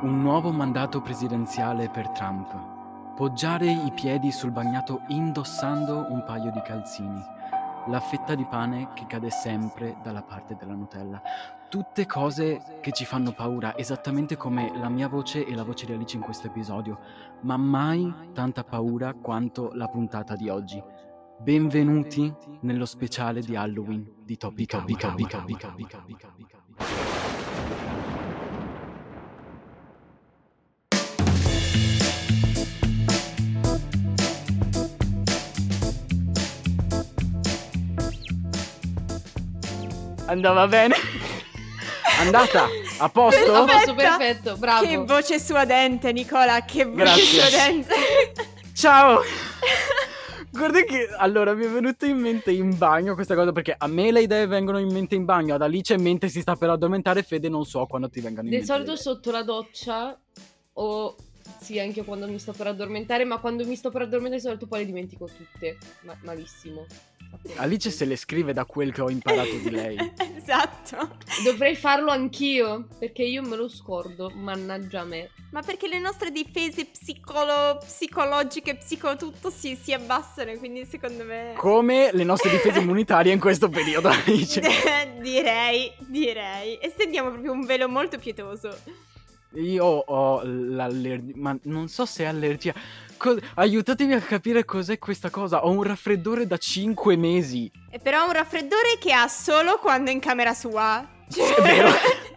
Un nuovo mandato presidenziale per Trump. Poggiare i piedi sul bagnato indossando un paio di calzini. La fetta di pane che cade sempre dalla parte della Nutella. Tutte cose che ci fanno paura, esattamente come la mia voce e la voce di Alice in questo episodio, ma mai tanta paura quanto la puntata di oggi. Benvenuti nello speciale di Halloween di Topic Hour. Andava bene? Andata? A posto? A posto, perfetto, bravo. Che voce suadente, Nicola, che voce Grazie. suadente. Ciao! Guarda che, allora, mi è venuto in mente in bagno questa cosa, perché a me le idee vengono in mente in bagno, ad Alice in mente si sta per addormentare, Fede non so quando ti vengano in Di mente. solito sotto la doccia, o sì, anche quando mi sto per addormentare, ma quando mi sto per addormentare di solito poi le dimentico tutte, malissimo. Alice se le scrive da quel che ho imparato di lei. Esatto. Dovrei farlo anch'io, perché io me lo scordo, mannaggia me. Ma perché le nostre difese psicologiche, tutto si abbassano, quindi secondo me... Come le nostre difese immunitarie in questo periodo, Alice. Direi. Estendiamo proprio un velo molto pietoso. Io ho l'allergia, ma non so se è allergia. Aiutatemi a capire cos'è questa cosa. Ho un raffreddore da 5 mesi. E però è un raffreddore che ha solo quando è in camera sua. È vero.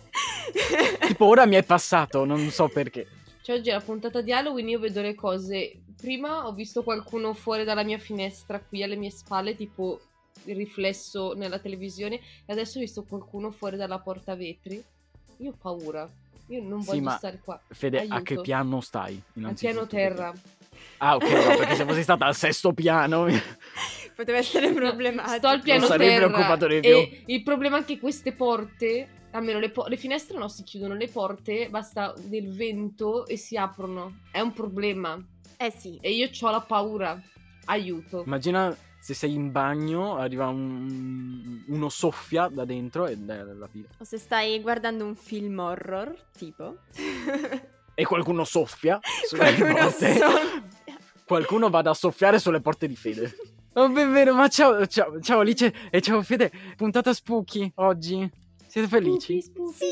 Tipo ora mi è passato, non so perché. Cioè oggi è la puntata di Halloween, io vedo le cose. Prima ho visto qualcuno fuori dalla mia finestra qui alle mie spalle, tipo il riflesso nella televisione, e adesso ho visto qualcuno fuori dalla porta vetri. Io ho paura. Io non voglio stare qua. Fede, Aiuto. a che piano stai? Al piano terra. Ah, ok, no, perché se fossi stata al 6º piano poteva essere problematico. Sto al piano non sarei terra. preoccupato di più. E il problema è che queste porte, almeno le finestre no, si chiudono, le porte basta del vento e si aprono. È un problema. Eh sì. E io ho la paura. Aiuto. Immagina se sei in bagno, arriva uno soffia da dentro e la via. O se stai guardando un film horror, tipo. E qualcuno soffia sulle porte. Qualcuno vada a soffiare sulle porte di Fede. Oh, ben vero, ma ciao Alice e ciao Fede. Puntata spooky oggi. Siete felici?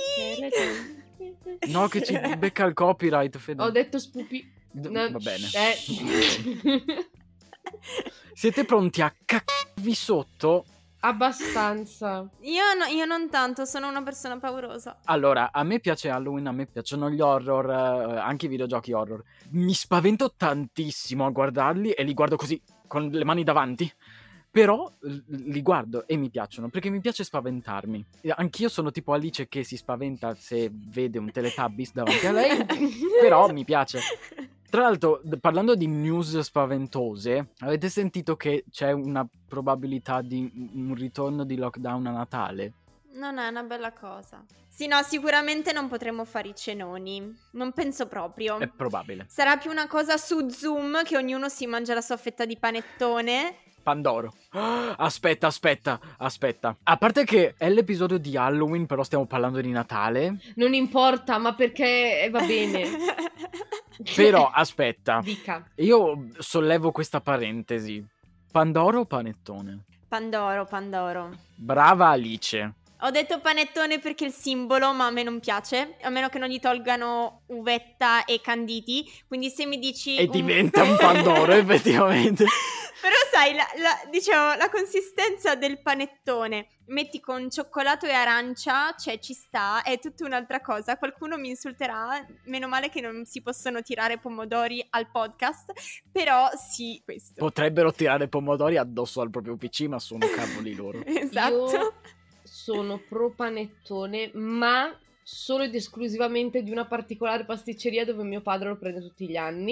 Sì. No, che ci becca il copyright, Fede. Ho detto spooky. Va bene. Siete pronti a caccarvi sotto? Abbastanza. Io non tanto, sono una persona paurosa. Allora, a me piace Halloween, a me piacciono gli horror, anche i videogiochi horror. Mi spavento tantissimo a guardarli e li guardo così, con le mani davanti. Però li guardo e mi piacciono, perché mi piace spaventarmi. Anch'io sono tipo Alice che si spaventa se vede un Teletubbies davanti a lei, però mi piace. Tra l'altro, parlando di news spaventose, avete sentito che c'è una probabilità di un ritorno di lockdown a Natale? Non è una bella cosa. Sì, no, sicuramente non potremo fare i cenoni. Non penso proprio. È probabile. Sarà più una cosa su Zoom, che ognuno si mangia la sua fetta di panettone. Pandoro. Aspetta. A parte che è l'episodio di Halloween, però stiamo parlando di Natale. Non importa, ma perché va bene. Però, aspetta. Dica. Io sollevo questa parentesi. Pandoro o panettone? Pandoro. Brava Alice. Ho detto panettone perché è il simbolo, ma a me non piace, a meno che non gli tolgano uvetta e canditi, quindi se mi dici... E diventa un pandoro, effettivamente. Però sai, la consistenza del panettone, metti con cioccolato e arancia, cioè ci sta, è tutta un'altra cosa. Qualcuno mi insulterà, meno male che non si possono tirare pomodori al podcast, però sì, questo. Potrebbero tirare pomodori addosso al proprio PC, ma sono cavoli loro. Esatto. Io sono pro panettone, ma solo ed esclusivamente di una particolare pasticceria dove mio padre lo prende tutti gli anni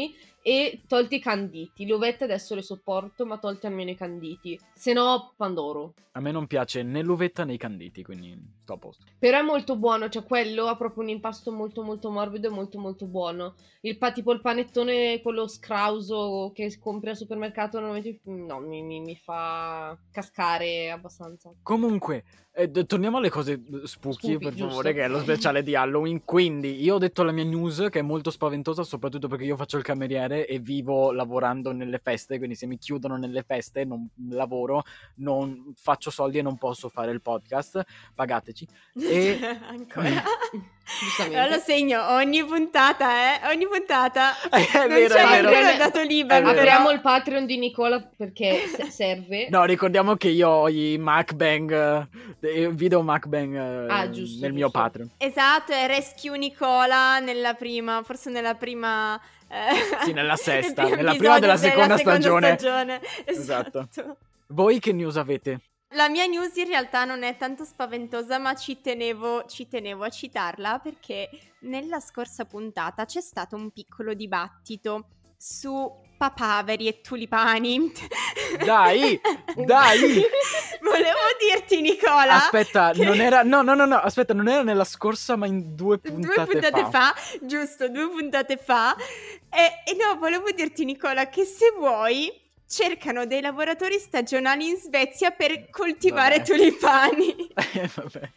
e tolti i canditi. Le uvette adesso le sopporto, ma tolti almeno i canditi. Se no, Pandoro. A me non piace né l'uvetta né i canditi, quindi sto a posto. Però è molto buono, cioè quello ha proprio un impasto molto molto morbido e molto molto buono. Tipo il panettone, quello scrauso che compri al supermercato, mi fa cascare abbastanza. Comunque, torniamo alle cose spooky, per giusto. favore, che è lo speciale di Halloween. Quindi, io ho detto la mia news, che è molto spaventosa, soprattutto perché io faccio il cameriere e vivo lavorando nelle feste, quindi se mi chiudono nelle feste, non lavoro, non faccio soldi e non posso fare il podcast, pagateci. E Ancora. Giustamente. Allora lo segno, ogni puntata. È Non vero, c'è è vero. ancora dato libero. È vero. Apriamo il Patreon di Nicola perché serve. No, ricordiamo che io ho i mukbang, video mukbang giusto, nel mio giusto. Patreon. Esatto, è Rescue Nicola forse nella prima... Sì, nella sesta, nel primo nella prima della episodio seconda stagione. Esatto. Voi che news avete? La mia news in realtà non è tanto spaventosa, ma ci tenevo a citarla perché nella scorsa puntata c'è stato un piccolo dibattito su papaveri e tulipani. Dai! Volevo dirti, Nicola. Aspetta, che... non era. No, aspetta, non era nella scorsa, ma in 2 puntate fa. Giusto, 2 puntate fa. E no, volevo dirti, Nicola, che se vuoi cercano dei lavoratori stagionali in Svezia per coltivare tulipani. Vabbè.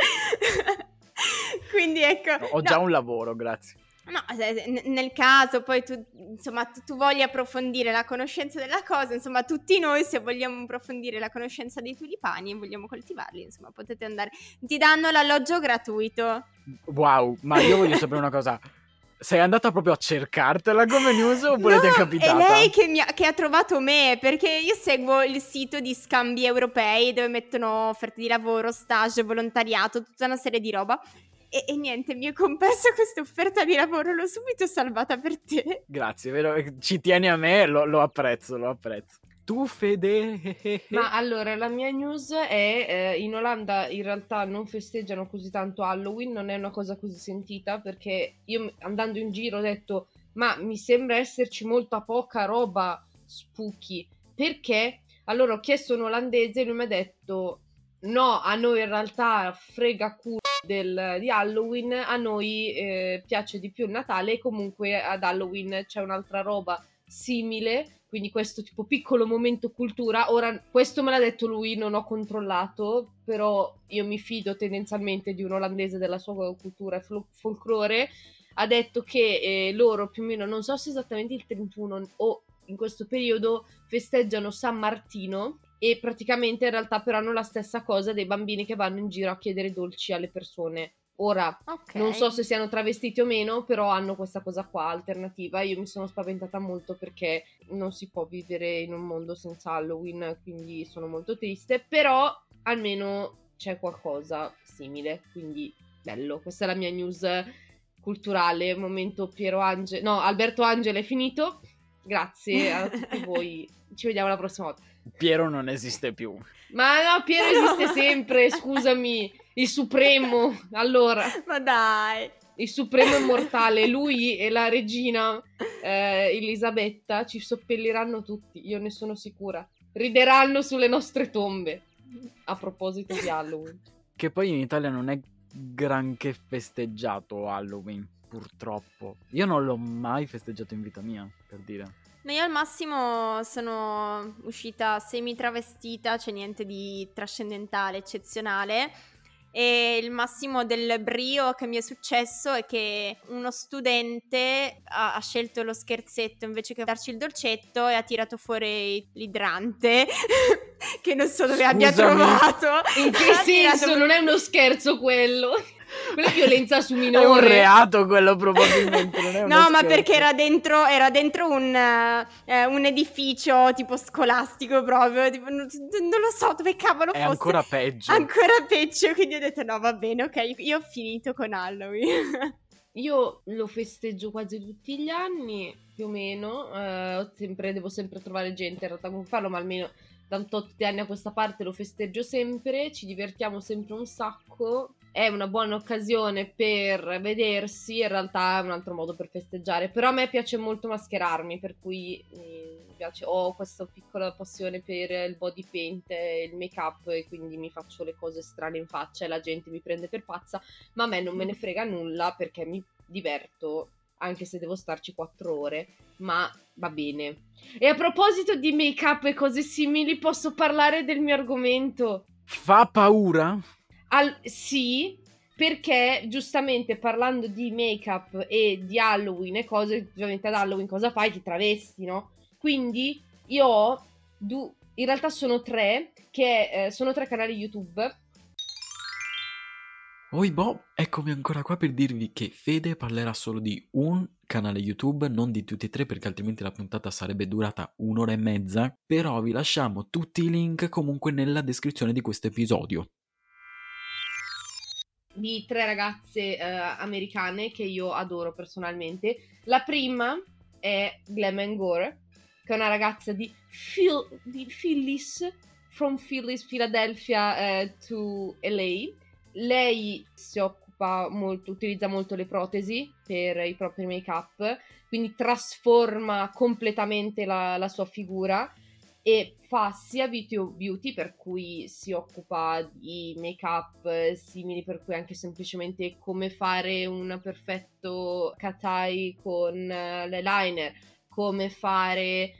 Quindi ecco. Ho già un lavoro, grazie. No, nel caso poi tu voglia approfondire la conoscenza della cosa, insomma tutti noi se vogliamo approfondire la conoscenza dei tulipani e vogliamo coltivarli, insomma potete andare, ti danno l'alloggio gratuito. Wow, ma io voglio sapere una cosa. Sei andata proprio a cercartela come news oppure ti è capitata? È lei che ha trovato me, perché io seguo il sito di scambi europei dove mettono offerte di lavoro, stage, volontariato, tutta una serie di roba. E niente, mi è comparsa questa offerta di lavoro, l'ho subito salvata per te. Grazie, vero? Ci tieni a me, lo apprezzo. Tu, Fede? Ma allora, la mia news è in Olanda in realtà non festeggiano così tanto Halloween, non è una cosa così sentita, perché io andando in giro ho detto ma mi sembra esserci molta poca roba spooky, perché? Allora ho chiesto a un olandese e lui mi ha detto no, a noi in realtà frega culo di Halloween, a noi piace di più il Natale e comunque ad Halloween c'è un'altra roba simile, quindi questo tipo piccolo momento cultura. Ora questo me l'ha detto lui, non ho controllato, però io mi fido tendenzialmente di un olandese della sua cultura e folklore. Ha detto che loro più o meno, non so se esattamente il 31 o in questo periodo, festeggiano San Martino e praticamente in realtà però hanno la stessa cosa dei bambini che vanno in giro a chiedere dolci alle persone. Ora, non so se siano travestiti o meno, però hanno questa cosa qua alternativa. Io mi sono spaventata molto perché non si può vivere in un mondo senza Halloween, quindi sono molto triste, però almeno c'è qualcosa simile, quindi bello. Questa è la mia news culturale, momento Alberto Angela è finito. Grazie a tutti voi, ci vediamo la prossima volta. Piero non esiste più. Ma no, Piero esiste sempre, scusami, il supremo, allora. Ma dai. Il supremo immortale, lui e la regina Elisabetta ci seppelliranno tutti, io ne sono sicura. Rideranno sulle nostre tombe, a proposito di Halloween. Che poi in Italia non è granché festeggiato Halloween, purtroppo. Io non l'ho mai festeggiato in vita mia, per dire. No, io al massimo sono uscita semi-travestita, c'è niente di trascendentale, eccezionale. E il massimo del brio che mi è successo è che uno studente ha scelto lo scherzetto invece che darci il dolcetto e ha tirato fuori l'idrante che non so dove abbia trovato. In che senso? Non è uno scherzo quello? Quella è violenza su minore. È un reato quello probabilmente, non è uno No, ma scherzo. perché era dentro un edificio tipo scolastico proprio, tipo, non lo so dove cavolo fosse. È ancora peggio. Ancora peggio, quindi ho detto no, va bene, ok, io ho finito con Halloween. Io lo festeggio quasi tutti gli anni, più o meno, devo sempre trovare gente in realtà con cui farlo, ma almeno da un tot di anni a questa parte lo festeggio sempre, ci divertiamo sempre un sacco, è una buona occasione per vedersi, in realtà è un altro modo per festeggiare, però a me piace molto mascherarmi, per cui mi piace, ho questa piccola passione per il body paint e il make up, e quindi mi faccio le cose strane in faccia e la gente mi prende per pazza, ma a me non me ne frega nulla perché mi diverto, anche se devo starci 4 ore, ma va bene. E a proposito di make up e cose simili, posso parlare del mio argomento? Fa paura? Sì, perché giustamente parlando di make-up e di Halloween e cose, ovviamente ad Halloween cosa fai? Ti travesti, no? Quindi io ho in realtà sono 3 sono 3 canali YouTube. Oibò, eccomi ancora qua per dirvi che Fede parlerà solo di un canale YouTube, non di tutti e 3, perché altrimenti la puntata sarebbe durata 1 ora e mezza, però vi lasciamo tutti i link comunque nella descrizione di questo episodio. Di 3 ragazze americane che io adoro personalmente. La prima è Glam & Gore, che è una ragazza di Phyllis, from Phyllis, Philadelphia to LA. Lei si occupa molto, utilizza molto le protesi per i propri make-up, quindi trasforma completamente la sua figura e fa sia beauty, per cui si occupa di make-up simili, per cui anche semplicemente come fare un perfetto cat eye con l'eyeliner, come fare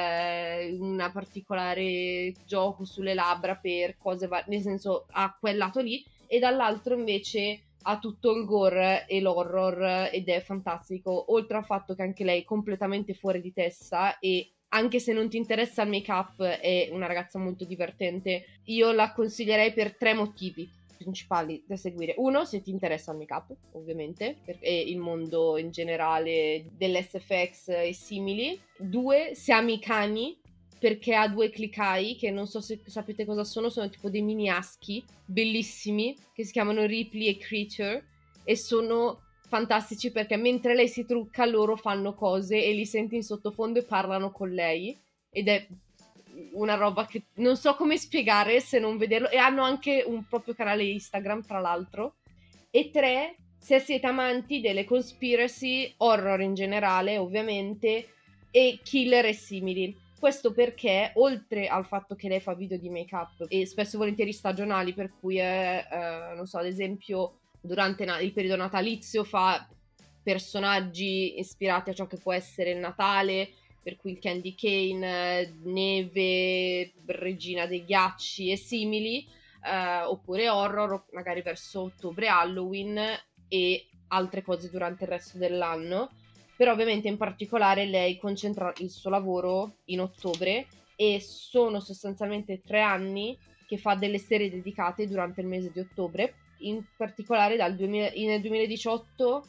una particolare gioco sulle labbra per cose nel senso ha quel lato lì, e dall'altro invece ha tutto il gore e l'horror ed è fantastico, oltre al fatto che anche lei è completamente fuori di testa e anche se non ti interessa il make-up è una ragazza molto divertente. Io la consiglierei per 3 motivi principali da seguire. 1, se ti interessa il make-up, ovviamente, e il mondo in generale dell'SFX e simili. 2, se ami i cani, perché ha 2 clicai che non so se sapete cosa sono tipo dei mini aschi bellissimi che si chiamano Ripley e Creature e sono fantastici perché mentre lei si trucca loro fanno cose e li senti in sottofondo e parlano con lei ed è una roba che non so come spiegare se non vederlo, e hanno anche un proprio canale Instagram tra l'altro. E 3, se siete amanti delle conspiracy, horror in generale ovviamente e killer e simili. Questo perché, oltre al fatto che lei fa video di make-up e spesso e volentieri stagionali, per cui non so, ad esempio durante il periodo natalizio fa personaggi ispirati a ciò che può essere il Natale, per cui il candy cane, neve, regina dei ghiacci e simili, oppure horror, magari verso ottobre, Halloween e altre cose durante il resto dell'anno. Però ovviamente in particolare lei concentra il suo lavoro in ottobre e sono sostanzialmente 3 anni che fa delle serie dedicate durante il mese di ottobre. In particolare nel 2018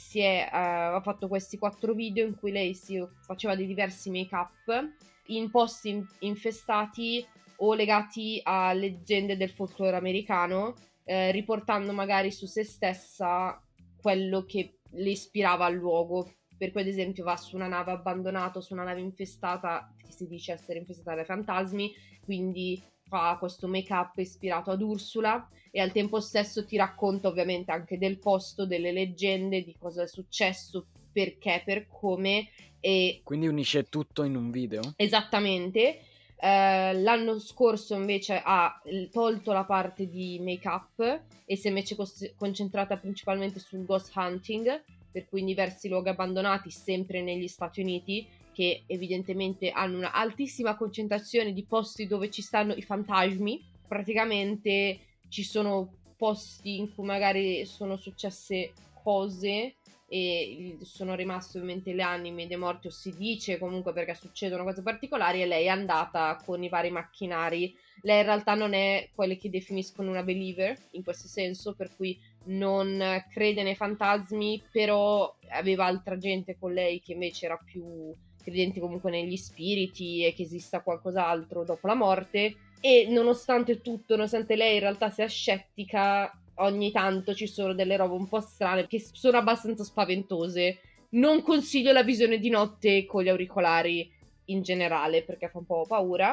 ha fatto questi 4 video in cui lei si faceva dei diversi make-up in posti infestati o legati a leggende del folklore americano, riportando magari su se stessa quello che le ispirava al luogo. Per cui ad esempio va su una nave abbandonata, su una nave infestata, che si dice essere infestata dai fantasmi, quindi fa questo make-up ispirato ad Ursula e al tempo stesso ti racconta ovviamente anche del posto, delle leggende, di cosa è successo, perché, per come. E quindi unisce tutto in un video? Esattamente. L'anno scorso invece ha tolto la parte di make-up e si è invece concentrata principalmente sul ghost hunting, per cui in diversi luoghi abbandonati sempre negli Stati Uniti, che evidentemente hanno una altissima concentrazione di posti dove ci stanno i fantasmi. Praticamente ci sono posti in cui magari sono successe cose e sono rimaste ovviamente le anime dei morti, o si dice comunque perché succedono cose particolari, e lei è andata con i vari macchinari. Lei in realtà non è quelle che definiscono una believer in questo senso, per cui non crede nei fantasmi, però aveva altra gente con lei che invece era più credente comunque negli spiriti e che esista qualcos'altro dopo la morte. E nonostante tutto, nonostante lei in realtà sia scettica, ogni tanto ci sono delle robe un po' strane che sono abbastanza spaventose. Non consiglio la visione di notte con gli auricolari in generale perché fa un po' paura.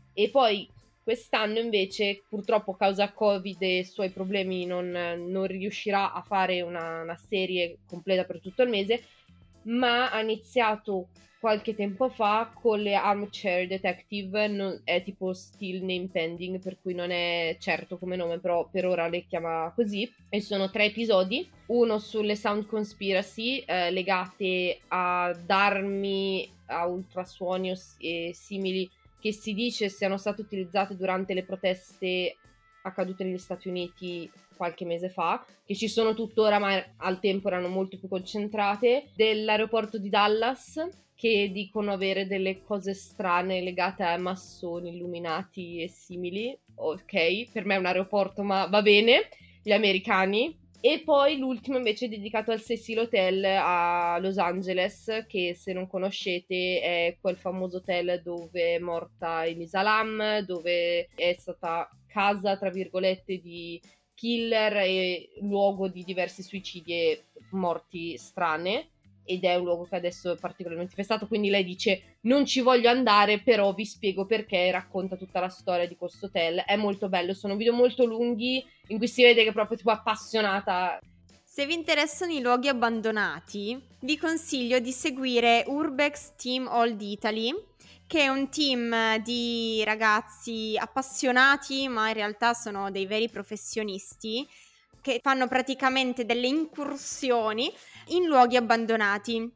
E poi quest'anno invece, purtroppo a causa Covid e suoi problemi, non riuscirà a fare una serie completa per tutto il mese, ma ha iniziato qualche tempo fa con le Armchair Detective, è tipo still name pending, per cui non è certo come nome, però per ora le chiama così, e sono 3 episodi, uno sulle sound conspiracy legate ad armi a ultrasuoni e simili che si dice siano state utilizzate durante le proteste accadute negli Stati Uniti qualche mese fa, che ci sono tuttora ma al tempo erano molto più concentrate, dell'aeroporto di Dallas, che dicono avere delle cose strane legate a massoni, illuminati e simili. Ok, per me è un aeroporto, ma va bene, gli americani. E poi l'ultimo invece è dedicato al Cecil Hotel a Los Angeles, che se non conoscete è quel famoso hotel dove è morta Elisa Lam, dove è stata casa, tra virgolette, di killer e luogo di diversi suicidi e morti strane, ed è un luogo che adesso è particolarmente infestato, quindi lei dice non ci voglio andare, però vi spiego perché, racconta tutta la storia di questo hotel. È molto bello, sono video molto lunghi in cui si vede che è proprio tipo appassionata. Se vi interessano i luoghi abbandonati, vi consiglio di seguire Urbex Team Old Italy, che è un team di ragazzi appassionati, ma in realtà sono dei veri professionisti, che fanno praticamente delle incursioni in luoghi abbandonati.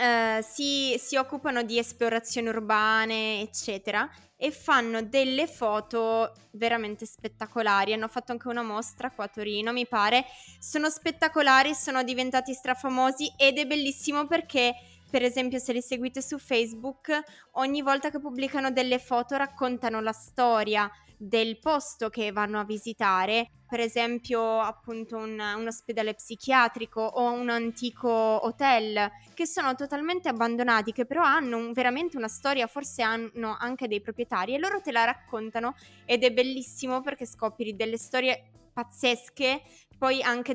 Si occupano di esplorazioni urbane, eccetera, e fanno delle foto veramente spettacolari. Hanno fatto anche una mostra qua a Torino, mi pare. Sono spettacolari, sono diventati strafamosi ed è bellissimo perché, per esempio, se li seguite su Facebook, ogni volta che pubblicano delle foto raccontano la storia del posto che vanno a visitare, per esempio appunto un ospedale psichiatrico o un antico hotel, che sono totalmente abbandonati, che però hanno veramente una storia, forse hanno anche dei proprietari e loro te la raccontano ed è bellissimo perché scopri delle storie pazzesche, poi anche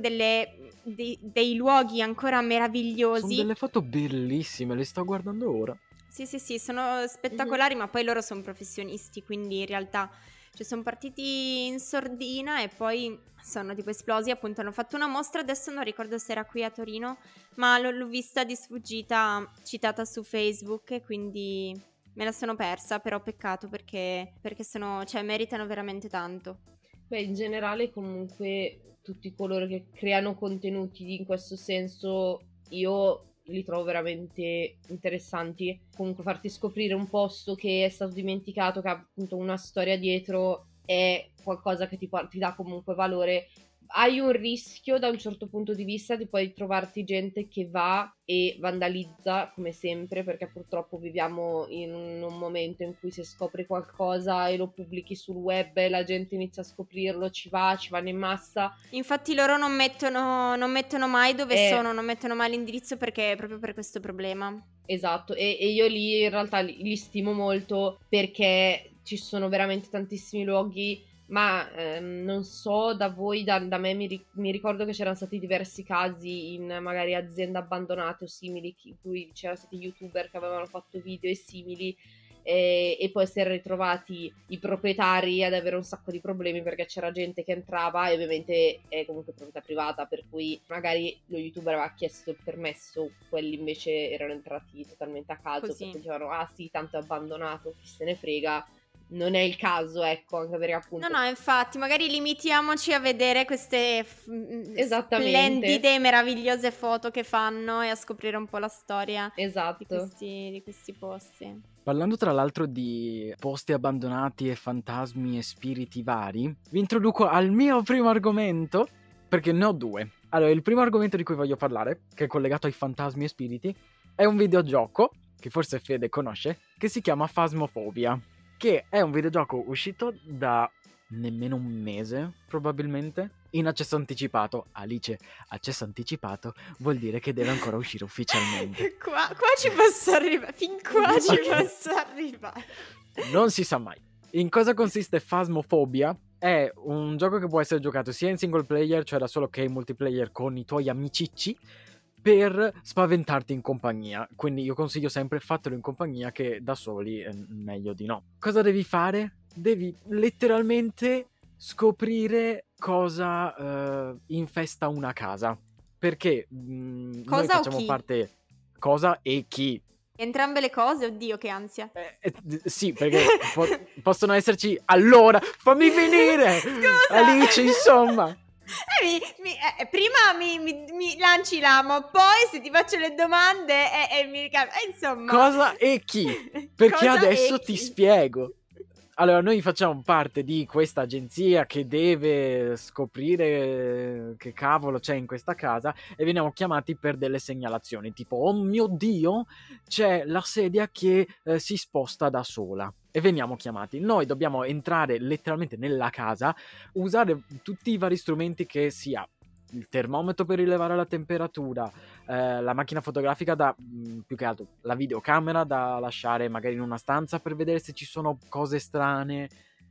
dei luoghi ancora meravigliosi. Sono delle foto bellissime, le sto guardando ora. Sì, sono spettacolari, ma poi loro sono professionisti, quindi in realtà sono partiti in sordina e poi sono tipo esplosi. Appunto hanno fatto una mostra, adesso non ricordo se era qui a Torino, ma l'ho vista di sfuggita citata su Facebook e quindi me la sono persa, però peccato perché meritano veramente tanto. Beh, in generale comunque tutti coloro che creano contenuti in questo senso io li trovo veramente interessanti. Comunque farti scoprire un posto che è stato dimenticato, che ha appunto una storia dietro, è qualcosa che ti dà comunque valore. Hai un rischio da un certo punto di vista di poi trovarti gente che va e vandalizza come sempre, perché purtroppo viviamo in un momento in cui se scopri qualcosa e lo pubblichi sul web e la gente inizia a scoprirlo, ci vanno in massa. Infatti loro non mettono mai dove sono, non mettono mai l'indirizzo perché proprio per questo problema. Esatto, e io lì in realtà li stimo molto perché ci sono veramente tantissimi luoghi, ma non so da voi, da me mi ricordo che c'erano stati diversi casi in magari aziende abbandonate o simili, in cui c'erano stati youtuber che avevano fatto video e simili, e poi si erano ritrovati i proprietari ad avere un sacco di problemi perché c'era gente che entrava e ovviamente è comunque proprietà privata, per cui magari lo youtuber aveva chiesto il permesso, quelli invece erano entrati totalmente a caso. Così. Perché dicevano ah sì, tanto è abbandonato, chi se ne frega. Non è il caso, ecco, anche perché appunto... No, infatti, magari limitiamoci a vedere queste Esattamente. splendide e meravigliose foto che fanno e a scoprire un po' la storia Esatto. di questi posti. Parlando tra l'altro di posti abbandonati e fantasmi e spiriti vari, vi introduco al mio primo argomento, perché ne ho due. Allora, il primo argomento di cui voglio parlare, che è collegato ai fantasmi e spiriti, è un videogioco, che forse Fede conosce, che si chiama Phasmophobia, che è un videogioco uscito da nemmeno un mese, probabilmente, in accesso anticipato. Alice, accesso anticipato vuol dire che deve ancora uscire ufficialmente. Qua ci posso arrivare, fin qua ci posso arrivare. Non si sa mai. In cosa consiste Phasmophobia? È un gioco che può essere giocato sia in single player, cioè da solo, che in multiplayer con i tuoi amicicci, per spaventarti in compagnia. Quindi io consiglio sempre fatelo in compagnia, che da soli è meglio di no. Cosa devi fare? devi letteralmente scoprire cosa infesta una casa. Perché noi Cosa o facciamo chi? parte... Cosa e chi. Entrambe le cose, oddio che ansia. Sì, perché possono esserci... Allora, fammi finire! Scusa! Alice, insomma... Prima mi lanci l'amo, poi se ti faccio le domande mi ricambio. Insomma... Cosa e chi? Perché Cosa adesso e ti chi? spiego. Allora, noi facciamo parte di questa agenzia che deve scoprire che cavolo c'è in questa casa e veniamo chiamati per delle segnalazioni, tipo, oh mio Dio, c'è la sedia che si sposta da sola. E veniamo chiamati. Noi dobbiamo entrare letteralmente nella casa, usare tutti i vari strumenti che sia il termometro per rilevare la temperatura, la macchina fotografica più che altro la videocamera da lasciare magari in una stanza per vedere se ci sono cose strane,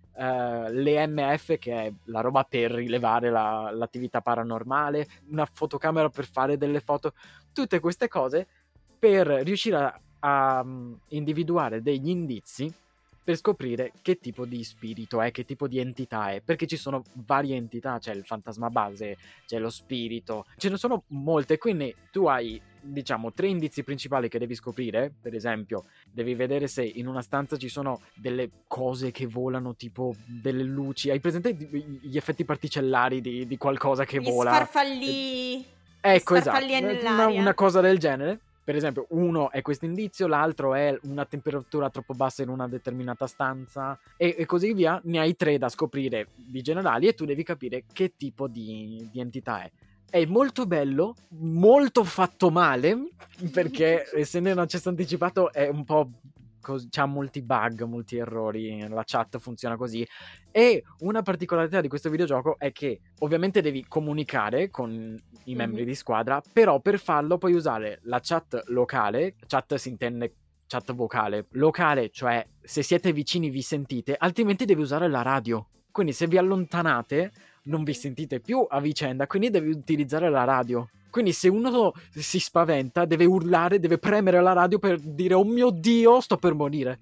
l'EMF che è la roba per rilevare l'attività paranormale, una fotocamera per fare delle foto, tutte queste cose per riuscire a individuare degli indizi per scoprire che tipo di spirito è, che tipo di entità è, perché ci sono varie entità, c'è il fantasma base, c'è lo spirito, ce ne sono molte, quindi tu hai, diciamo, 3 indizi principali che devi scoprire. Per esempio, devi vedere se in una stanza ci sono delle cose che volano, tipo delle luci, hai presente gli effetti particellari di qualcosa che Gli vola? sfarfallii... Ecco, gli esatto, sfarfallii nell'aria. una cosa del genere. Per esempio, uno è questo indizio, l'altro è una temperatura troppo bassa in una determinata stanza e così via. Ne hai 3 da scoprire di generali e tu devi capire che tipo di entità è. È molto bello, molto fatto male, perché essendo un accesso anticipato è un po'... c'ha molti bug, molti errori, la chat funziona così. E una particolarità di questo videogioco è che ovviamente devi comunicare con i membri di squadra, però per farlo puoi usare la chat locale. Chat si intende chat vocale locale, cioè se siete vicini vi sentite, altrimenti devi usare la radio. Quindi se vi allontanate non vi sentite più a vicenda, quindi devi utilizzare la radio. Quindi se uno si spaventa deve urlare, deve premere la radio per dire oh mio Dio, sto per morire.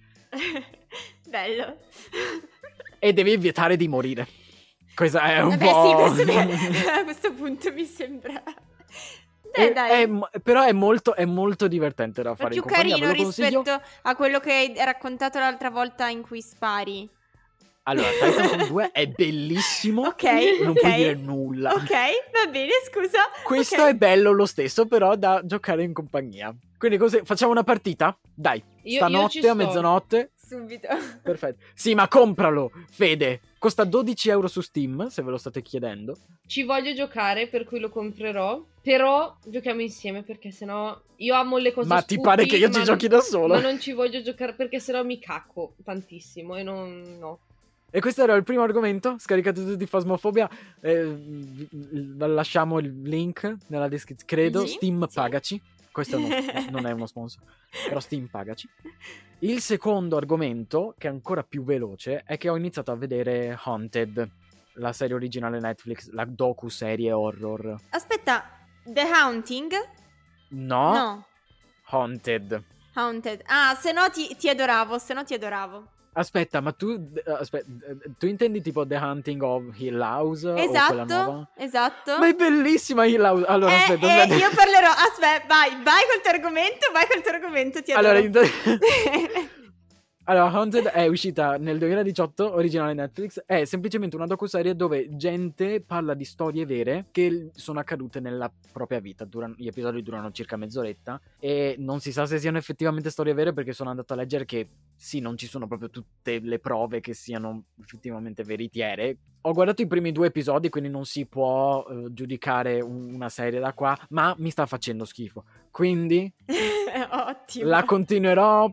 Bello. E devi evitare di morire. Questa è un Beh, po'... sì, a questo punto mi sembra... dai. Però è molto divertente da fare È più in compagnia, carino ve lo consiglio. rispetto a quello che hai raccontato l'altra volta in cui spari. Allora, Titanfall 2 è bellissimo, Ok, non ok. puoi dire nulla. Ok, va bene, scusa. Questo Ok. è bello lo stesso, però da giocare in compagnia. Quindi così, facciamo una partita? Dai, Io ci stanotte sto. a mezzanotte. Subito. Perfetto. Sì, ma compralo, Fede. Costa 12 euro su Steam, se ve lo state chiedendo. Ci voglio giocare, per cui lo comprerò. Però giochiamo insieme, perché sennò io amo le cose Ma ti pare che io ci giochi da solo? Ma non ci voglio giocare perché sennò mi cacco tantissimo e non... no. E questo era il primo argomento. Scaricate tutti Phasmophobia. Lasciamo il link nella descrizione. Credo. Sì, Steam sì. pagaci. Questo non è uno sponsor. Però Steam pagaci. Il secondo argomento, che è ancora più veloce, è che ho iniziato a vedere Haunted, la serie originale Netflix, la docu-serie horror. Aspetta, The Haunting? No. No, Haunted. Haunted. Ah, se no ti adoravo, Aspetta, ma tu intendi tipo The Hunting of Hill House o quella nuova? Esatto. Ma è bellissima Hill House. Allora, aspetta. Io parlerò. Aspetta, vai col tuo argomento, ti adoro. Allora, Haunted è uscita nel 2018, originale Netflix. È semplicemente una docuserie dove gente parla di storie vere che sono accadute nella propria vita. Gli episodi durano circa mezz'oretta e non si sa se siano effettivamente storie vere, perché sono andato a leggere che sì, non ci sono proprio tutte le prove che siano effettivamente veritiere. Ho guardato i primi 2 episodi, quindi non si può giudicare una serie da qua, ma mi sta facendo schifo. Quindi Ottimo. la continuerò,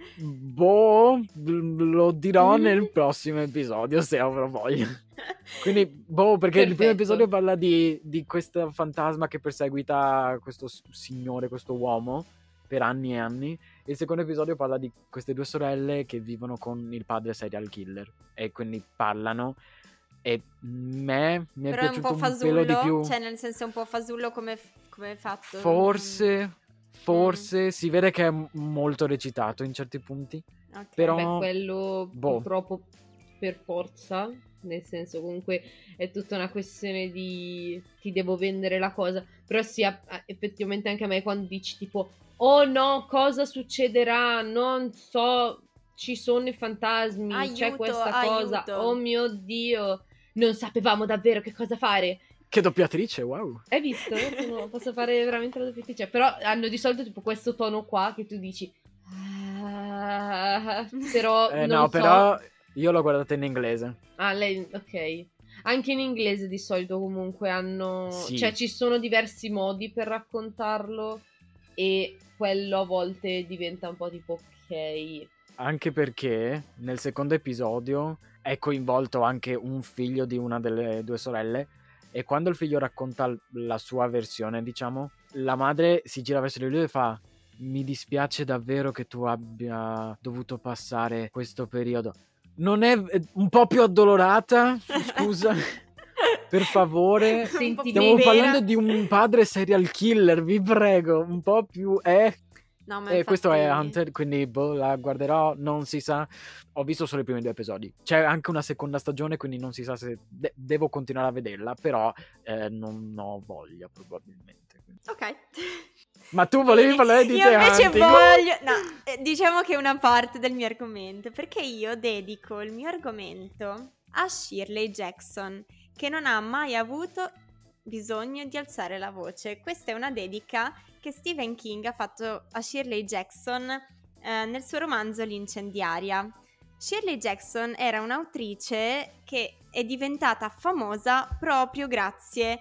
lo dirò nel prossimo episodio se avrò voglia. Quindi, perché il primo episodio parla di questo fantasma che perseguita questo signore, questo uomo, per anni e anni. Il secondo episodio parla di queste 2 sorelle che vivono con il padre serial killer e quindi parlano. E mi è Però piaciuto è un po' pelo di più. fasullo, cioè nel senso è un po' fasullo come è fatto. Forse si vede che è molto recitato in certi punti. Okay. Però Beh, quello purtroppo per forza, nel senso comunque è tutta una questione di ti devo vendere la cosa, però sì, effettivamente anche a me quando dici tipo oh no, cosa succederà, non so, ci sono i fantasmi, c'è Aiuto, questa cosa, aiuto. oh mio Dio, non sapevamo davvero che cosa fare. Che doppiatrice, wow. Hai visto? Posso fare veramente la doppiatrice. Però hanno di solito tipo questo tono qua che tu dici però non No, so. però io l'ho guardata in inglese. Ah, lei, ok. Anche in inglese di solito comunque hanno... Sì. Cioè ci sono diversi modi per raccontarlo e quello a volte diventa un po' tipo ok. Anche perché nel secondo episodio è coinvolto anche un figlio di una delle due sorelle e quando il figlio racconta la sua versione, diciamo, la madre si gira verso di lui e fa: mi dispiace davvero che tu abbia dovuto passare questo periodo. Non è un po' più addolorata? Scusa, per favore. Senti, Stiamo vera. parlando di un padre serial killer, vi prego, un po' più... No, ma E questo è infatti- Hunted, quindi la guarderò, non si sa. Ho visto solo i primi 2 episodi. C'è anche una seconda stagione, quindi non si sa se devo continuare a vederla, però non ho voglia probabilmente. Ok. Ma tu volevi parlare di Io The invece Hunting? voglio... No, diciamo che è una parte del mio argomento, perché io dedico il mio argomento a Shirley Jackson, che non ha mai avuto bisogno di alzare la voce. Questa è una dedica che Stephen King ha fatto a Shirley Jackson nel suo romanzo L'incendiaria. Shirley Jackson era un'autrice che è diventata famosa proprio grazie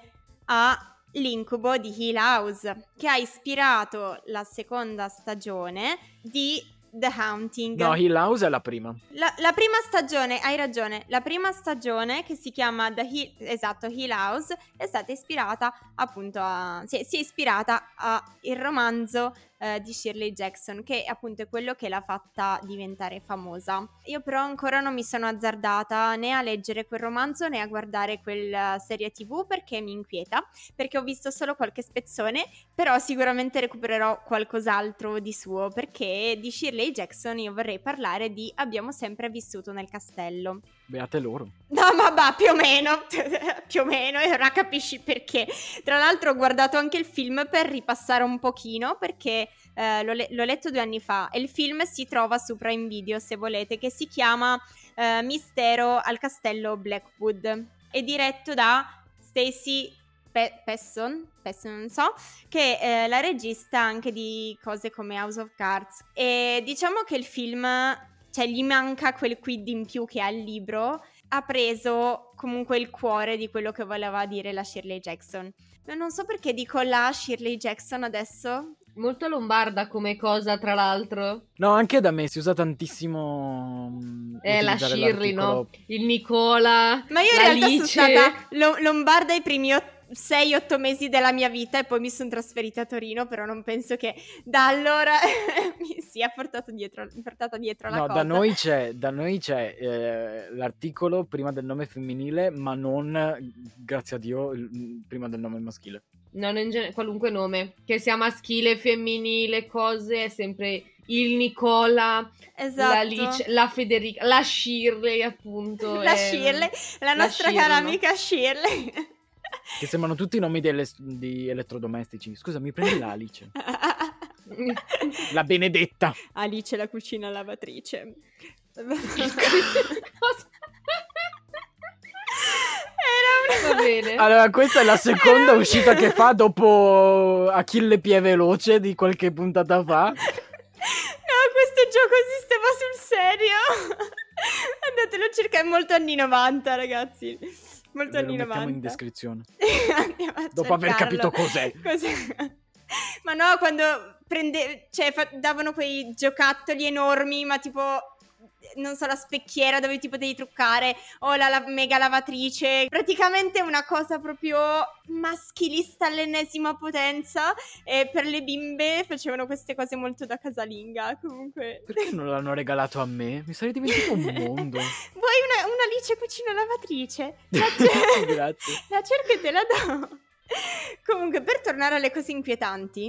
all'incubo di Hill House, che ha ispirato la seconda stagione di The Haunting. No, Hill House è la prima. La prima stagione, hai ragione, la prima stagione che si chiama Hill House è stata ispirata appunto si è ispirata al romanzo di Shirley Jackson, che appunto è quello che l'ha fatta diventare famosa. Io però ancora non mi sono azzardata né a leggere quel romanzo né a guardare quella serie TV perché mi inquieta, perché ho visto solo qualche spezzone, però sicuramente recupererò qualcos'altro di suo, perché di Shirley Jackson io vorrei parlare di Abbiamo sempre vissuto nel castello. Beate loro. No, ma più o meno, e ora capisci perché. Tra l'altro ho guardato anche il film per ripassare un pochino, perché l'ho letto 2 anni fa e il film si trova su Prime Video, se volete, che si chiama Mistero al castello Blackwood. È diretto da Stacey Pesson, non so, che è la regista anche di cose come House of Cards. E diciamo che il film... cioè gli manca quel quid in più che ha il libro, ha preso comunque il cuore di quello che voleva dire la Shirley Jackson. Non so perché dico la Shirley Jackson adesso. Molto lombarda come cosa, tra l'altro. No, anche da me si usa tantissimo La utilizzare Shirley, l'articolo. no? Il Nicola, Ma io in realtà sono l'Alice. stata lombarda i primi 6-8 mesi della mia vita e poi mi sono trasferita a Torino, però non penso che da allora mi sia portata dietro la No, cosa. da noi c'è l'articolo prima del nome femminile, ma non, grazie a Dio, prima del nome maschile. Non qualunque nome, che sia maschile, femminile, cose, è sempre il Nicola, Esatto. l'Alice, la Federica, la Shirley appunto. La Shirley, la nostra Shirley, cara no? amica Shirley. Che sembrano tutti nomi di elettrodomestici. Scusa, mi prendi l'Alice? La Benedetta. Alice la cucina lavatrice. Va bene. Allora, questa è la seconda uscita che fa dopo Achille Pie Veloce di qualche puntata fa. No, questo gioco esisteva sul serio. Andatelo a cercare, è molto anni 90, ragazzi. Molto Ve lo anni mettiamo 90. in descrizione. Andiamo a Dopo aver cercarlo. capito cos'è. Ma no, quando davano quei giocattoli enormi, ma tipo, non so, la specchiera dove tipo devi truccare, o la mega lavatrice, praticamente una cosa proprio maschilista all'ennesima potenza, e per le bimbe facevano queste cose molto da casalinga, comunque. Perché non l'hanno regalato a me? Mi sarei diventato un mondo. Vuoi una Alice cucina lavatrice? Grazie. La cerco e te la do. Comunque, per tornare alle cose inquietanti,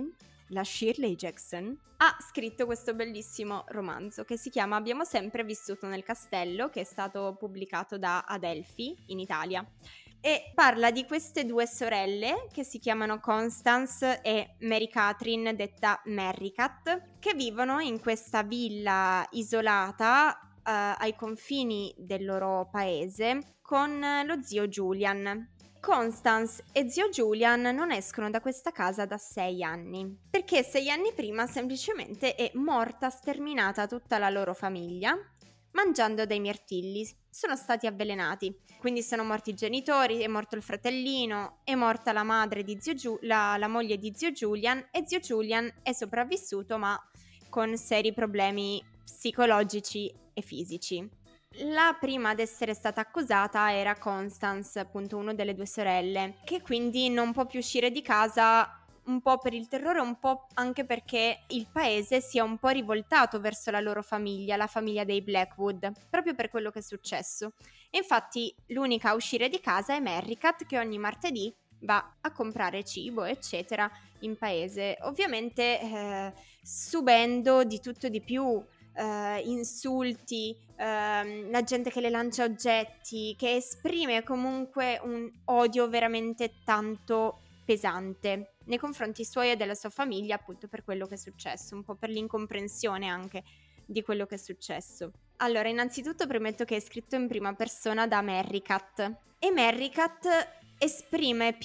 la Shirley Jackson, ha scritto questo bellissimo romanzo che si chiama Abbiamo sempre vissuto nel castello, che è stato pubblicato da Adelphi in Italia. E parla di queste due sorelle che si chiamano Constance e Mary Catherine, detta Merricat, che vivono in questa villa isolata ai confini del loro paese con lo zio Julian. Constance e zio Julian non escono da questa casa da 6 anni, perché 6 anni prima semplicemente è morta, sterminata tutta la loro famiglia mangiando dei mirtilli. Sono stati avvelenati, quindi sono morti i genitori, è morto il fratellino, è morta la madre di la moglie di zio Julian, e zio Julian è sopravvissuto ma con seri problemi psicologici e fisici. La prima ad essere stata accusata era Constance, appunto una delle due sorelle, che quindi non può più uscire di casa, un po' per il terrore, un po' anche perché il paese si è un po' rivoltato verso la loro famiglia, la famiglia dei Blackwood, proprio per quello che è successo. E infatti l'unica a uscire di casa è Merricat, che ogni martedì va a comprare cibo, eccetera, in paese, ovviamente subendo di tutto e di più, insulti, la gente che le lancia oggetti, che esprime comunque un odio veramente tanto pesante nei confronti suoi e della sua famiglia, appunto per quello che è successo, un po' per l'incomprensione anche di quello che è successo. Allora, innanzitutto premetto che è scritto in prima persona da Merricat, e Merricat esprime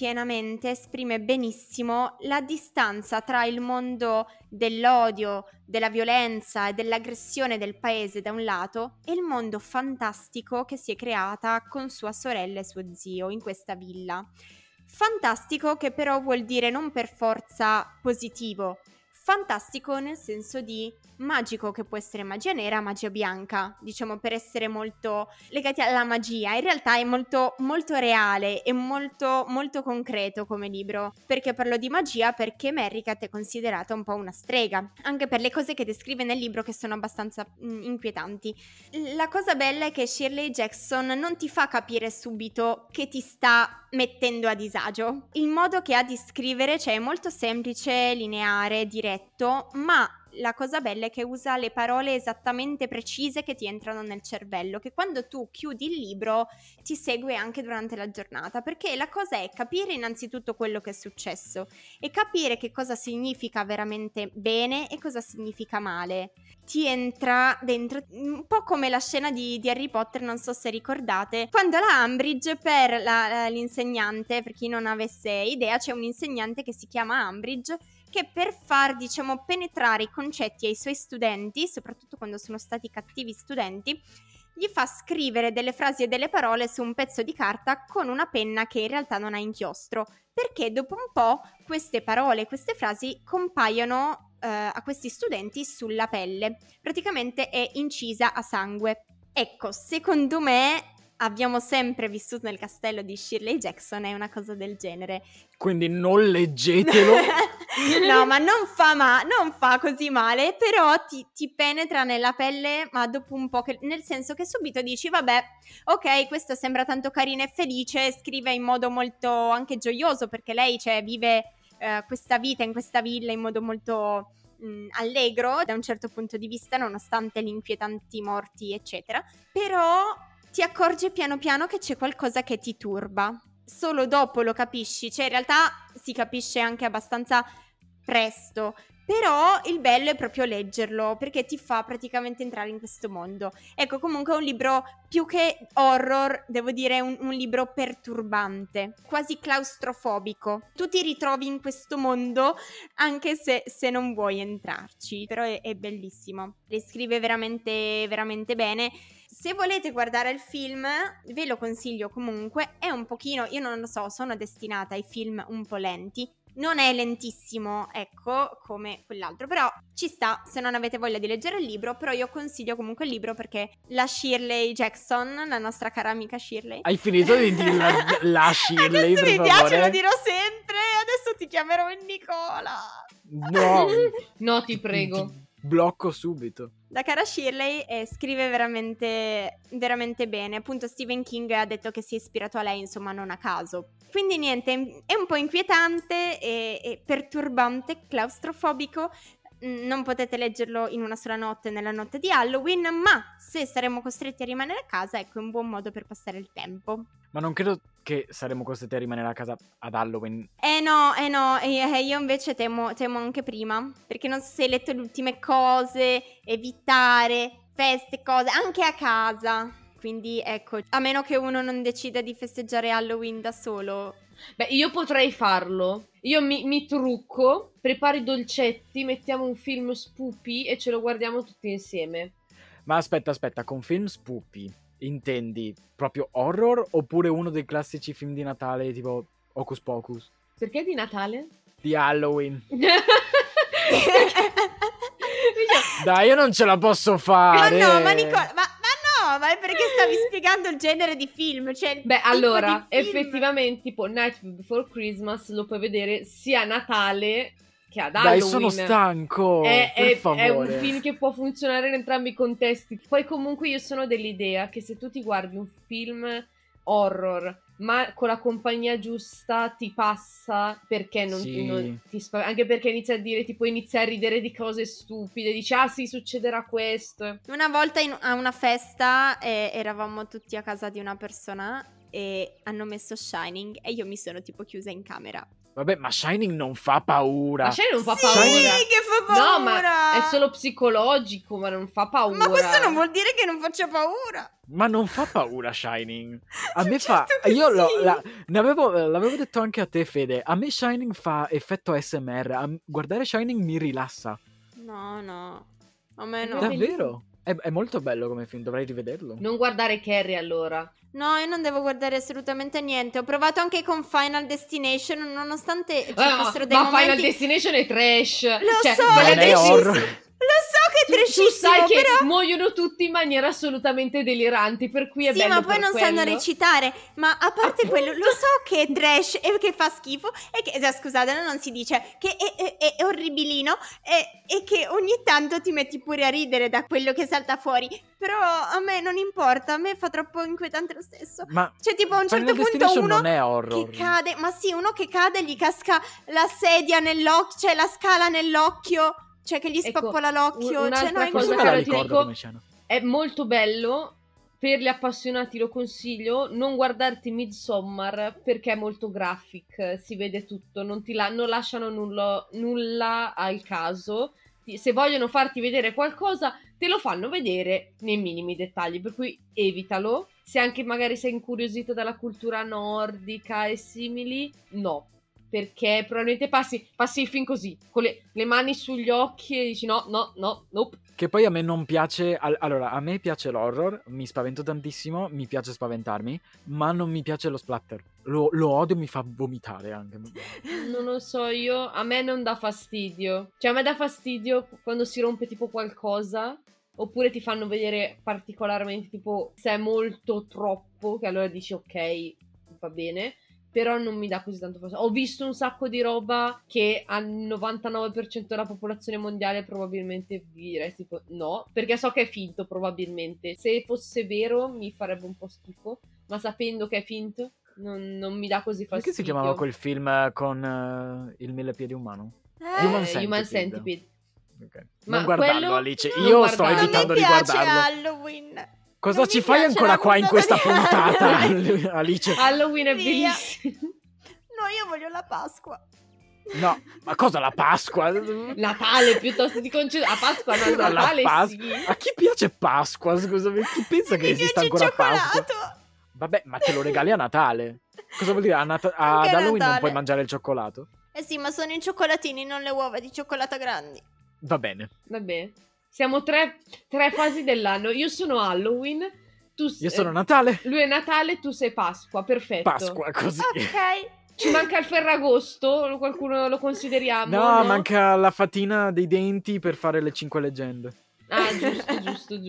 benissimo la distanza tra il mondo dell'odio, della violenza e dell'aggressione del paese da un lato e il mondo fantastico che si è creata con sua sorella e suo zio in questa villa. Fantastico che però vuol dire non per forza positivo, fantastico nel senso di magico, che può essere magia nera, magia bianca, diciamo, per essere molto legati alla magia. In realtà è molto molto reale e molto molto concreto come libro. Perché parlo di magia? Perché Merricat è considerata un po' una strega, anche per le cose che descrive nel libro, che sono abbastanza inquietanti. La cosa bella è che Shirley Jackson non ti fa capire subito che ti sta mettendo a disagio. Il modo che ha di scrivere, cioè, è molto semplice, lineare, diretto, ma la cosa bella è che usa le parole esattamente precise che ti entrano nel cervello, che quando tu chiudi il libro ti segue anche durante la giornata, perché la cosa è capire innanzitutto quello che è successo e capire che cosa significa veramente bene e cosa significa male. Ti entra dentro, un po' come la scena di Harry Potter, non so se ricordate, quando la Umbridge, per l'insegnante, per chi non avesse idea, c'è un insegnante che si chiama Umbridge, che per far, diciamo, penetrare i concetti ai suoi studenti, soprattutto quando sono stati cattivi studenti, gli fa scrivere delle frasi e delle parole su un pezzo di carta con una penna che in realtà non ha inchiostro, perché dopo un po' queste parole, queste frasi compaiono a questi studenti sulla pelle, praticamente è incisa a sangue. Ecco, secondo me Abbiamo sempre vissuto nel castello di Shirley Jackson, è una cosa del genere. Quindi non leggetelo. No, ma non fa così male, però ti penetra nella pelle, ma dopo un po', nel senso che subito dici, vabbè, ok, questo sembra tanto carina e felice, scrive in modo molto anche gioioso, perché lei, cioè, vive questa vita in questa villa in modo molto allegro, da un certo punto di vista, nonostante gli inquietanti morti, eccetera, però ti accorgi piano piano che c'è qualcosa che ti turba. Solo dopo lo capisci, cioè in realtà si capisce anche abbastanza presto, però il bello è proprio leggerlo, perché ti fa praticamente entrare in questo mondo. Ecco, comunque è un libro più che horror, devo dire un libro perturbante, quasi claustrofobico. Tu ti ritrovi in questo mondo anche se non vuoi entrarci, però è bellissimo. Le scrive veramente, veramente bene. Se volete guardare il film, ve lo consiglio comunque, è un pochino, io non lo so, sono destinata ai film un po' lenti, non è lentissimo, ecco, come quell'altro, però ci sta se non avete voglia di leggere il libro, però io consiglio comunque il libro perché la Shirley Jackson, la nostra cara amica Shirley... Hai finito di dire la Shirley, adesso per mi favore? piace, lo dirò sempre, adesso ti chiamerò il Nicola. No. No, ti prego. blocco subito. La cara Shirley scrive veramente, veramente bene. Appunto Stephen King ha detto che si è ispirato a lei, insomma, non a caso. Quindi niente, è un po' inquietante e perturbante, claustrofobico. Non potete leggerlo in una sola notte, nella notte di Halloween, ma se saremo costretti a rimanere a casa, ecco, è un buon modo per passare il tempo. Ma non credo che saremo costretti a rimanere a casa ad Halloween. No, io invece temo anche prima, perché non so se hai letto le ultime cose, evitare feste, cose, anche a casa. Quindi ecco, a meno che uno non decida di festeggiare Halloween da solo. Beh, io potrei farlo. Io mi trucco, preparo i dolcetti, mettiamo un film spoopy e ce lo guardiamo tutti insieme. Ma aspetta, con film spoopy intendi proprio horror oppure uno dei classici film di Natale tipo Hocus Pocus? Perché di Natale? Di Halloween. Dai, io non ce la posso fare. Ma no, ma Nicola, ma è perché stavi spiegando il genere di film, cioè il Beh, tipo allora, di film. effettivamente, tipo Nightmare Before Christmas lo puoi vedere sia a Natale che ad Dai, Halloween. sono stanco, per È favore. un film che può funzionare in entrambi i contesti. Poi comunque io sono dell'idea che se tu ti guardi un film horror ma con la compagnia giusta ti passa, perché non ti anche perché inizia a dire, tipo inizia a ridere di cose stupide, dici ah sì succederà questo. Una volta a una festa eravamo tutti a casa di una persona e hanno messo Shining e io mi sono tipo chiusa in camera. Vabbè, ma Shining non fa paura. Ma Shining non fa Sì, paura. che fa paura. No, ma è solo psicologico, ma non fa paura. Ma questo non vuol dire che non faccia paura. Ma non fa paura Shining. A me Certo fa... che Io sì. l'avevo detto anche a te, Fede. A me Shining fa effetto ASMR. Guardare Shining mi rilassa. No. A me no. Davvero? È molto bello come film, dovrei rivederlo. Non guardare Carrie allora. No, io non devo guardare assolutamente niente. Ho provato anche con Final Destination, nonostante ci fossero dei momenti... Final Destination è trash. Lo so, Ma è non è horror. Lo so che è trashissimo, Tu sai che però... muoiono tutti in maniera assolutamente delirante, per cui è Sì, bello ma poi per non quello. sanno recitare. Ma a parte quello, lo so che è trash e che fa schifo e che, scusate, non si dice, che è orribilino e che ogni tanto ti metti pure a ridere da quello che salta fuori. Però a me non importa, a me fa troppo inquietante lo stesso. Ma cioè tipo a un certo Final punto Destination uno non è horror. che cade, ma sì, uno che cade e gli casca la sedia nell'occhio, cioè la scala nell'occhio. Cioè che gli spappola l'occhio. Un'altra Cioè, no, cosa Forse me che la ti ricordo dico, come scena. è molto bello. Per gli appassionati lo consiglio. Non guardarti Midsommar perché è molto graphic, si vede tutto, non lasciano nulla al caso. Se vogliono farti vedere qualcosa te lo fanno vedere nei minimi dettagli, per cui evitalo. Se anche magari sei incuriosito dalla cultura nordica e simili, no, perché probabilmente passi il film così, con le mani sugli occhi e dici no, nope. Che poi a me non piace... Allora, a me piace l'horror, mi spavento tantissimo, mi piace spaventarmi, ma non mi piace lo splatter. Lo odio, mi fa vomitare anche. Non lo so, a me non dà fastidio. Cioè a me dà fastidio quando si rompe tipo qualcosa, oppure ti fanno vedere particolarmente tipo se è molto troppo, che allora dici ok, va bene. Però non mi dà così tanto fastidio. Ho visto un sacco di roba che al 99% della popolazione mondiale probabilmente direi tipo no, perché so che è finto probabilmente. Se fosse vero mi farebbe un po' schifo, ma sapendo che è finto non mi dà così fastidio. Perché si chiamava quel film con il millepiedi umano? Human Centipede. Okay. Non guardarlo, Alice. Io sto evitando di guardarlo. Halloween. Cosa ci fai ancora qua in questa puntata, Alice? Halloween è bellissimo. No, io voglio la Pasqua. No, ma cosa la Pasqua? Natale piuttosto di concedo. A Pasqua no, Natale sì. A chi piace Pasqua? Scusami, chi pensa che esista ancora Pasqua? Vabbè, ma te lo regali a Natale. Cosa vuol dire? Ad Halloween non puoi mangiare il cioccolato? Eh sì, ma sono i cioccolatini, non le uova di cioccolata grandi. Va bene. Vabbè. Siamo tre fasi dell'anno. Io sono Halloween. Io sono Natale. Lui è Natale, tu sei Pasqua. Perfetto. Pasqua, così. Ok. Ci manca il Ferragosto. Qualcuno lo consideriamo? No, manca la fatina dei denti per fare le 5 leggende. Ah, giusto.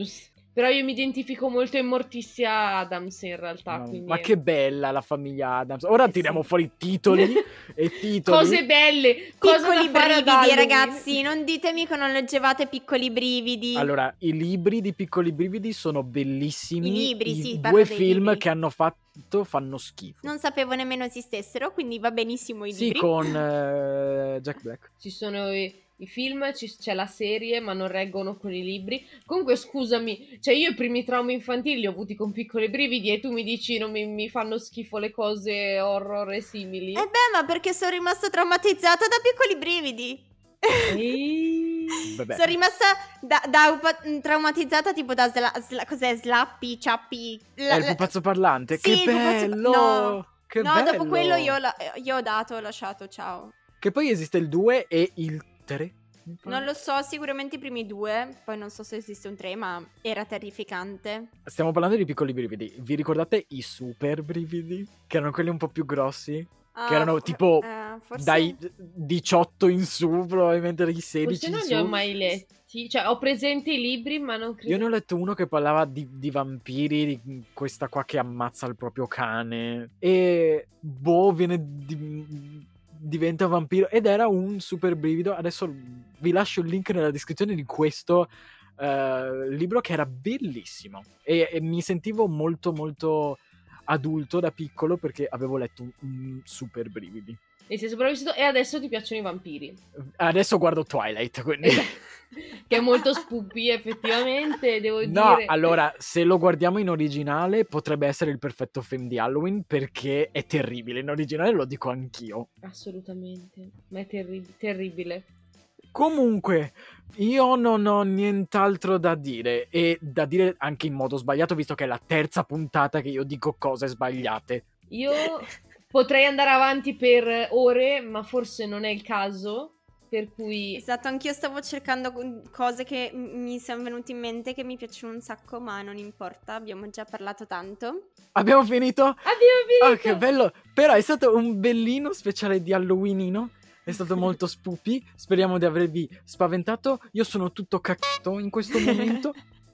Però io mi identifico molto in Morticia Adams in realtà. No, Quindi... ma che bella la famiglia Adams. Ora Sì. tiriamo fuori titoli e titoli. Cose belle, cosa Piccoli da fare ad brividi, Halloween. ragazzi, non ditemi che non leggevate Piccoli brividi. Allora, i libri di Piccoli brividi sono bellissimi. I libri, sì, I parlo due dei film libri. che hanno fatto fanno schifo. Non sapevo nemmeno esistessero, quindi va benissimo i Sì, libri. con Jack Black. Ci sono i film, c'è la serie, ma non reggono con i libri. Comunque, scusami, cioè io i primi traumi infantili li ho avuti con Piccoli brividi e tu mi dici non mi fanno schifo le cose horror e simili? Beh, ma perché sono rimasta traumatizzata da Piccoli brividi. Vabbè. Sono rimasta traumatizzata tipo da cos'è? Slappy, Ciappi. È il pupazzo parlante. Sì, Che il pupazzo- bello! no. Che No, bello! dopo quello io ho lasciato, ciao. Che poi esiste il 2 e il 3. Non lo so, sicuramente i primi 2, poi non so se esiste un 3, ma era terrificante. Stiamo parlando di Piccoli brividi. Vi ricordate i super brividi? Che erano quelli un po' più grossi? Che erano tipo forse... dai 18 in su, probabilmente dai 16 Forse non in li ho su. mai letti. Cioè, ho presente i libri, ma non credo. Io ne ho letto uno che parlava di vampiri, di questa qua che ammazza il proprio cane. E diventa vampiro. Ed era un super brivido. Adesso vi lascio il link nella descrizione di questo libro che era bellissimo. E mi sentivo molto molto adulto da piccolo perché avevo letto un super brividi. E sei sopravvissuto e adesso ti piacciono i vampiri. Adesso guardo Twilight, quindi... Che è molto spooky, effettivamente, devo No, dire. allora, se lo guardiamo in originale potrebbe essere il perfetto film di Halloween perché è terribile. In originale lo dico anch'io. Assolutamente, ma è terribile. Comunque, io non ho nient'altro da dire e da dire anche in modo sbagliato, visto che è la terza puntata che io dico cose sbagliate. Io potrei andare avanti per ore, ma forse non è il caso, per cui... Esatto, anch'io stavo cercando cose che mi sono venute in mente che mi piacciono un sacco, ma non importa, abbiamo già parlato tanto. Abbiamo finito? Abbiamo Oh, finito! che bello! Però è stato un bellino speciale di Halloweenino. È stato molto spooky. Speriamo di avervi spaventato. Io sono tutto caccato in questo momento.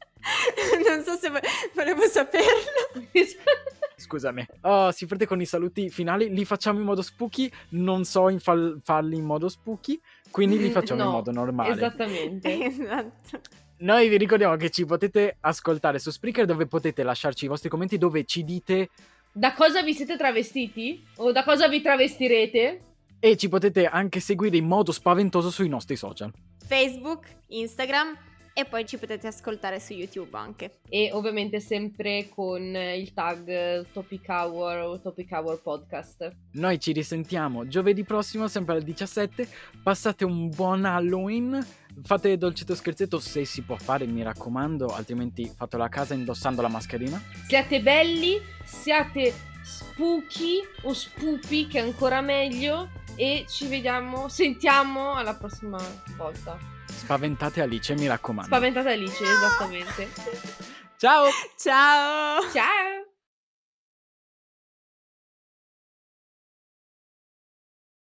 Non so se volevo saperlo. Scusami. Oh, si parte con i saluti finali. Li facciamo in modo spooky. Non so farli in modo spooky. Quindi li facciamo in modo normale. Esattamente. Esatto. Noi vi ricordiamo che ci potete ascoltare su Spreaker, dove potete lasciarci i vostri commenti, dove ci dite... Da cosa vi siete travestiti? O da cosa vi travestirete? E ci potete anche seguire in modo spaventoso sui nostri social. Facebook, Instagram e poi ci potete ascoltare su YouTube anche. E ovviamente sempre con il tag Topic Hour o Topic Hour Podcast. Noi ci risentiamo giovedì prossimo, sempre alle 17. Passate un buon Halloween. Fate dolcetto o scherzetto se si può fare, mi raccomando, altrimenti fatelo a casa indossando la mascherina. Siate belli, siate spooky o spoopy, che è ancora meglio. E ci sentiamo alla prossima volta. Spaventate Alice, mi raccomando. Spaventate Alice, esattamente. Ciao! Ciao! Ciao!